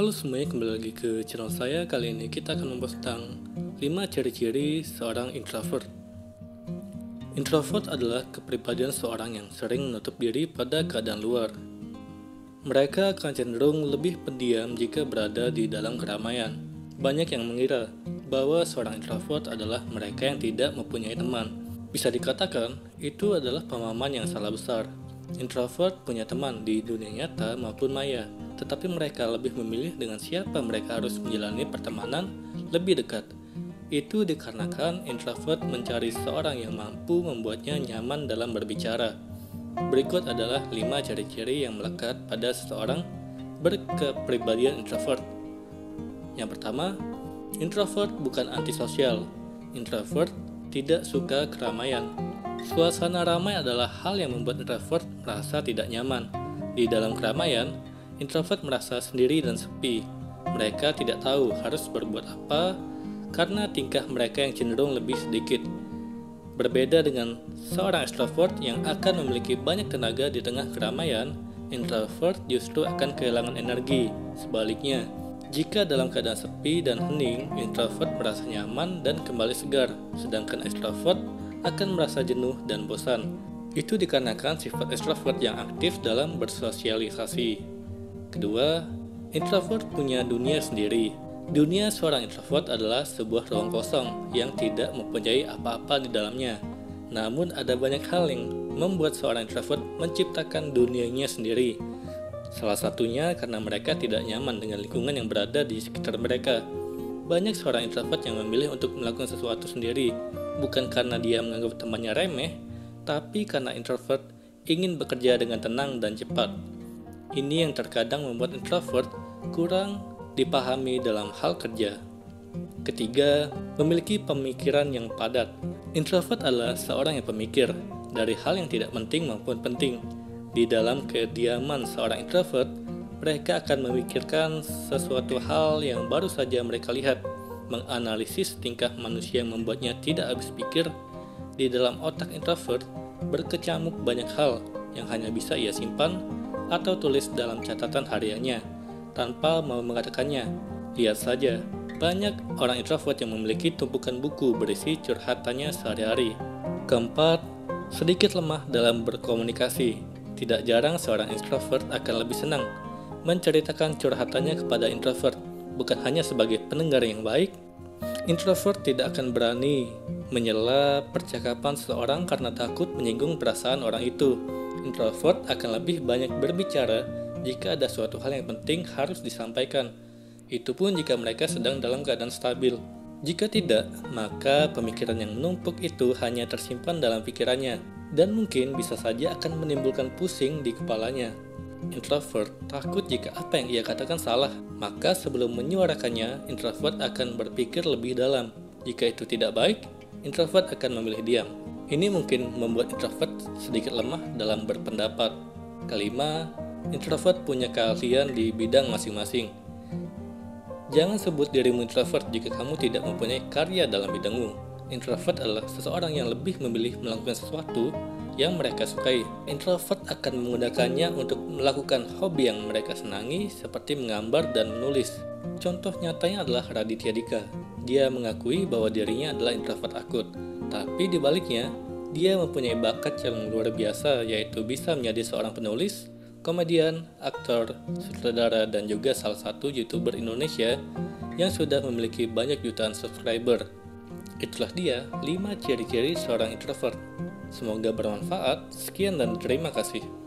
Halo semuanya, kembali lagi ke channel saya. Kali ini kita akan membahas tentang 5 ciri-ciri seorang introvert. Introvert adalah kepribadian seorang yang sering menutup diri pada keadaan luar. Mereka akan cenderung lebih pendiam jika berada di dalam keramaian. Banyak yang mengira bahwa seorang introvert adalah mereka yang tidak mempunyai teman. Bisa dikatakan, itu adalah pemahaman yang salah besar. Introvert punya teman di dunia nyata maupun maya, tetapi mereka lebih memilih dengan siapa mereka harus menjalani pertemanan lebih dekat. Itu dikarenakan introvert mencari seorang yang mampu membuatnya nyaman dalam berbicara. Berikut adalah 5 ciri-ciri yang melekat pada seseorang berkepribadian introvert. Yang pertama, introvert bukan antisosial. Introvert tidak suka keramaian. Suasana ramai adalah hal yang membuat introvert merasa tidak nyaman. Di dalam keramaian, introvert merasa sendiri dan sepi. Mereka tidak tahu harus berbuat apa karena tingkah mereka yang cenderung lebih sedikit. Berbeda dengan seorang extrovert yang akan memiliki banyak tenaga di tengah keramaian, introvert justru akan kehilangan energi. Sebaliknya, jika dalam keadaan sepi dan hening, introvert merasa nyaman dan kembali segar, sedangkan extrovert akan merasa jenuh dan bosan. Itu dikarenakan sifat extrovert yang aktif dalam bersosialisasi. Kedua, introvert punya dunia sendiri. Dunia seorang introvert adalah sebuah ruang kosong yang tidak mempunyai apa-apa di dalamnya. Namun ada banyak hal yang membuat seorang introvert menciptakan dunianya sendiri. Salah satunya karena mereka tidak nyaman dengan lingkungan yang berada di sekitar mereka. Banyak seorang introvert yang memilih untuk melakukan sesuatu sendiri, bukan karena dia menganggap temannya remeh, tapi karena introvert ingin bekerja dengan tenang dan cepat. Ini yang terkadang membuat introvert kurang dipahami dalam hal kerja. Ketiga, memiliki pemikiran yang padat. Introvert adalah seorang yang pemikir, dari hal yang tidak penting maupun penting. Di dalam kediaman seorang introvert, mereka akan memikirkan sesuatu hal yang baru saja mereka lihat, menganalisis tingkah manusia yang membuatnya tidak habis pikir. Di dalam otak introvert, berkecamuk banyak hal yang hanya bisa ia simpan atau tulis dalam catatan hariannya tanpa mau mengatakannya. Lihat saja, banyak orang introvert yang memiliki tumpukan buku berisi curhatannya sehari-hari. Keempat, sedikit lemah dalam berkomunikasi. Tidak jarang seorang introvert akan lebih senang menceritakan curhatannya kepada introvert, bukan hanya sebagai pendengar yang baik. Introvert tidak akan berani menyela percakapan seseorang karena takut menyinggung perasaan orang itu. Introvert akan lebih banyak berbicara jika ada suatu hal yang penting harus disampaikan. Itu pun jika mereka sedang dalam keadaan stabil. Jika tidak, maka pemikiran yang menumpuk itu hanya tersimpan dalam pikirannya dan mungkin bisa saja akan menimbulkan pusing di kepalanya. Introvert takut jika apa yang ia katakan salah, maka sebelum menyuarakannya, introvert akan berpikir lebih dalam. Jika itu tidak baik, introvert akan memilih diam. Ini mungkin membuat introvert sedikit lemah dalam berpendapat. Kelima, introvert punya keahlian di bidang masing-masing. Jangan sebut dirimu introvert jika kamu tidak mempunyai karya dalam bidangmu. Introvert adalah seseorang yang lebih memilih melakukan sesuatu yang mereka sukai. Introvert akan menggunakannya untuk melakukan hobi yang mereka senangi seperti menggambar dan menulis. Contoh nyatanya adalah Raditya Dika. Dia mengakui bahwa dirinya adalah introvert akut, tapi di baliknya, dia mempunyai bakat yang luar biasa, yaitu bisa menjadi seorang penulis, komedian, aktor, sutradara, dan juga salah satu YouTuber Indonesia yang sudah memiliki banyak jutaan subscriber. Itulah dia 5 ciri-ciri seorang introvert. Semoga bermanfaat. Sekian dan terima kasih.